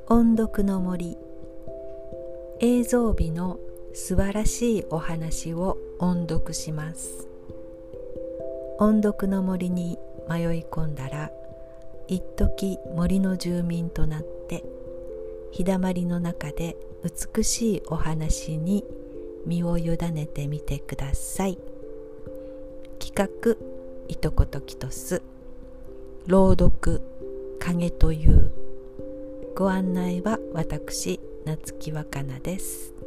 音読の森、映像美の素晴らしいお話を音読します。音読の森に迷い込んだら、一時森の住民となって日だまりの中で美しいお話に身を委ねてみてください。企画いとこときとす、朗読影という。ご案内は私夏木若菜です。